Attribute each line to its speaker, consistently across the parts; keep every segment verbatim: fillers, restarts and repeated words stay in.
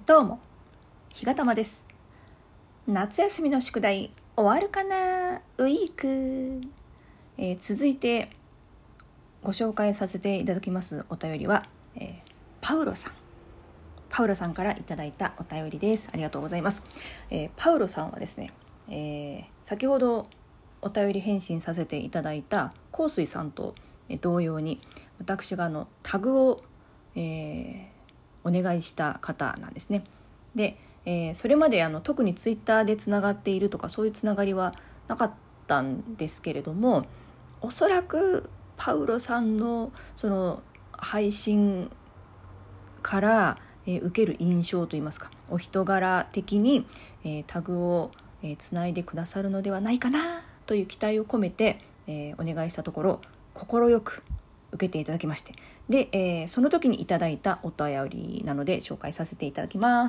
Speaker 1: どうも、ひがたまです。夏休みの宿題終わるかなウィーク、えー、続いてご紹介させていただきますお便りは、えー、パウロさんパウロさんからいただいたお便りです。ありがとうございます。えー、パウロさんはですね、えー、先ほどお便り返信させていただいた香水さんと同様に、私があのタグを、えーお願いした方なんですね。で、えー、それまであの特にツイッターでつながっているとかそういうつながりはなかったんですけれども、おそらくパウロさんのその配信から、えー、受ける印象といいますか、お人柄的に、えー、タグを、えー、つないでくださるのではないかなという期待を込めて、えー、お願いしたところ、快く受けていただきまして、で、えー、その時にいただいたお便りなので紹介させていただきます。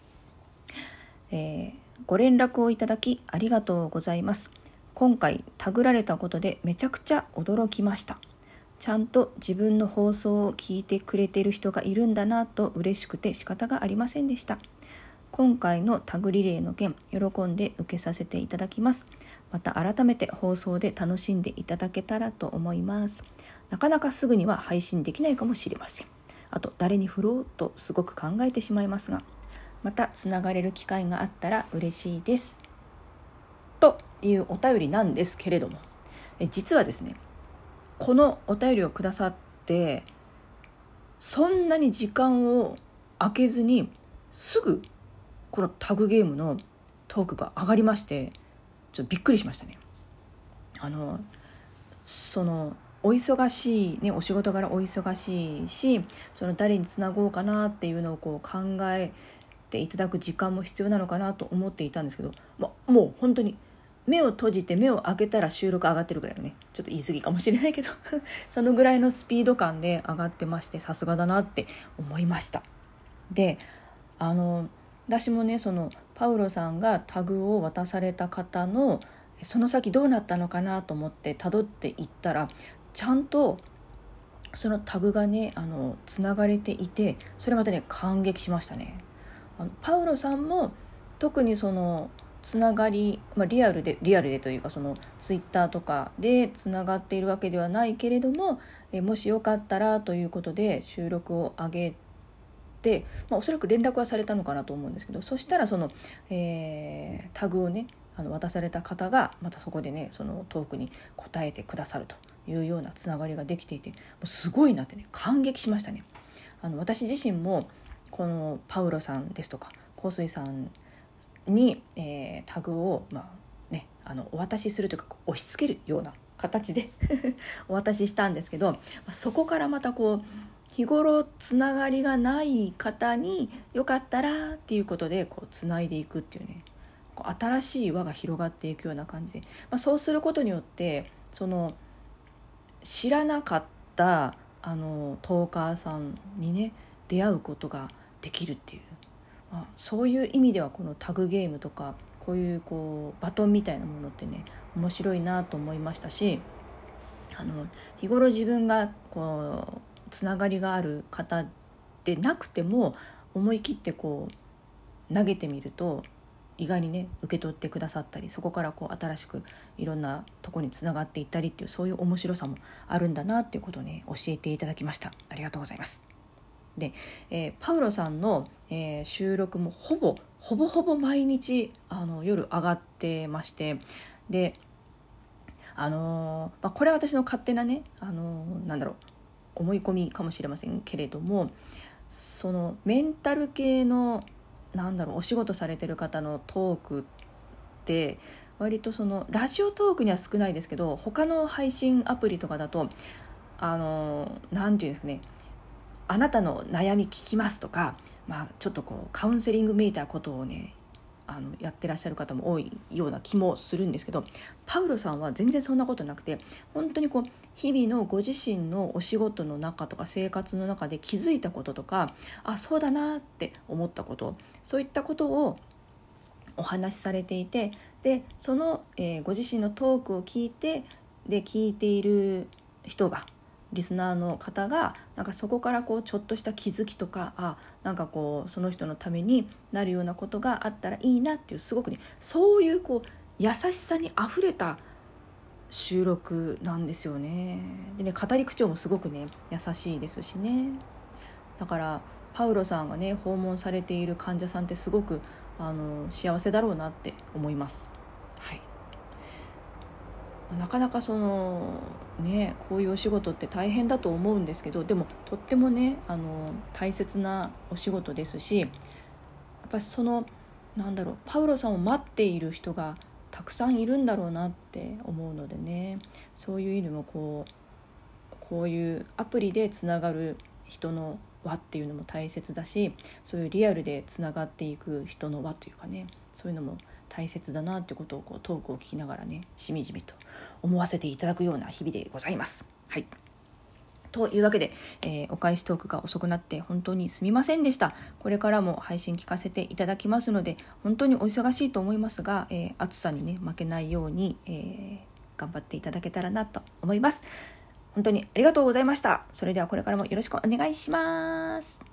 Speaker 1: えー、ご連絡をいただきありがとうございます。今回タグられたことでめちゃくちゃ驚きました。ちゃんと自分の放送を聞いてくれている人がいるんだなと嬉しくて仕方がありませんでした。今回のタグリレーの件、喜んで受けさせていただきます。また改めて放送で楽しんでいただけたらと思います。なかなかすぐには配信できないかもしれません。あと誰に振ろうとすごく考えてしまいますが、またつながれる機会があったら嬉しいですというお便りなんですけれども、え実はですね、このお便りをくださってそんなに時間を空けずにすぐこのタグゲームのトークが上がりまして、ちょっとびっくりしましたね。あのそのお忙しい、ね、お仕事柄お忙しいし、その誰につなごうかなっていうのをこう考えていただく時間も必要なのかなと思っていたんですけど、ま、もう本当に目を閉じて目を開けたら収録上がってるぐらいのね、ちょっと言い過ぎかもしれないけどそのぐらいのスピード感で上がってまして、さすがだなって思いました。で、あの私もね、そのパウロさんがタグを渡された方のその先どうなったのかなと思って辿っていったら、ちゃんとそのタグがね、あのつながれていて、それまたね感激しましたね。あのパウロさんも特にそのつながり、まあ、リアルでリアルでというか、そのツイッターとかでつながっているわけではないけれども、えもしよかったらということで収録を上げて、まあ、おそらく連絡はされたのかなと思うんですけど、そしたらその、えー、タグをねあの渡された方がまたそこでねそのトークに答えてくださるというようなつながりができていて、もうすごいなってね感激しましたね。あの私自身もこのパウロさんですとか香水さんに、えー、タグを、まあね、あのお渡しするというか押し付けるような形でお渡ししたんですけど、そこからまたこう日頃つながりがない方によかったらっていうことでこうつないでいくっていうね、こう新しい輪が広がっていくような感じで、まあ、そうすることによってその知らなかったあのトーカーさんにね出会うことができるっていう、まあ、そういう意味ではこのタグゲームとかこういうこうバトンみたいなものってね面白いなと思いましたし、あの日頃自分がこうつながりがある方でなくても思い切ってこう投げてみると意外にね受け取ってくださったり、そこからこう新しくいろんなとこにつながっていったりっていう、そういう面白さもあるんだなっていうことをね教えていただきました。ありがとうございます。で、えー、パウロさんの、えー、収録もほぼほぼほぼ毎日あの夜上がってまして、であのーまあ、これは私の勝手なね、あのー、なんだろう思い込みかもしれませんけれども、そのメンタル系のなんだろうお仕事されてる方のトークって割とそのラジオトークには少ないですけど、他の配信アプリとかだとあのなんていうんですかね、あなたの悩み聞きますとか、まあ、ちょっとこうカウンセリングめいたことをねあのやってらっしゃる方も多いような気もするんですけど、パウロさんは全然そんなことなくて、本当にこう日々のご自身のお仕事の中とか生活の中で気づいたこととか、あそうだなって思ったこと、そういったことをお話しされていて、でその、えー、ご自身のトークを聞いてで聞いている人がリスナーの方がなんかそこからこうちょっとした気づきとか、あなんかこうその人のためになるようなことがあったらいいなっていう、すごくねそういうこう優しさにあふれた収録なんですよね。でね、語り口調もすごくね優しいですしね。だからパウロさんがね訪問されている患者さんってすごくあの幸せだろうなって思います。はい。なかなかそのねこういうお仕事って大変だと思うんですけど、でもとってもねあの大切なお仕事ですし、やっぱりそのなんだろうパウロさんを待っている人がたくさんいるんだろうなって思うのでね、そういう意味もこうこういうアプリでつながる人の輪っていうのも大切だし、そういうリアルでつながっていく人の輪というかね、そういうのも大切だなってことをこうトークを聞きながらねしみじみと思わせていただくような日々でございます。はい。というわけで、えー、お返しトークが遅くなって本当にすみませんでした。これからも配信聞かせていただきますので、本当にお忙しいと思いますが、えー、暑さにね負けないように、えー、頑張っていただけたらなと思います。本当にありがとうございました。それではこれからもよろしくお願いします。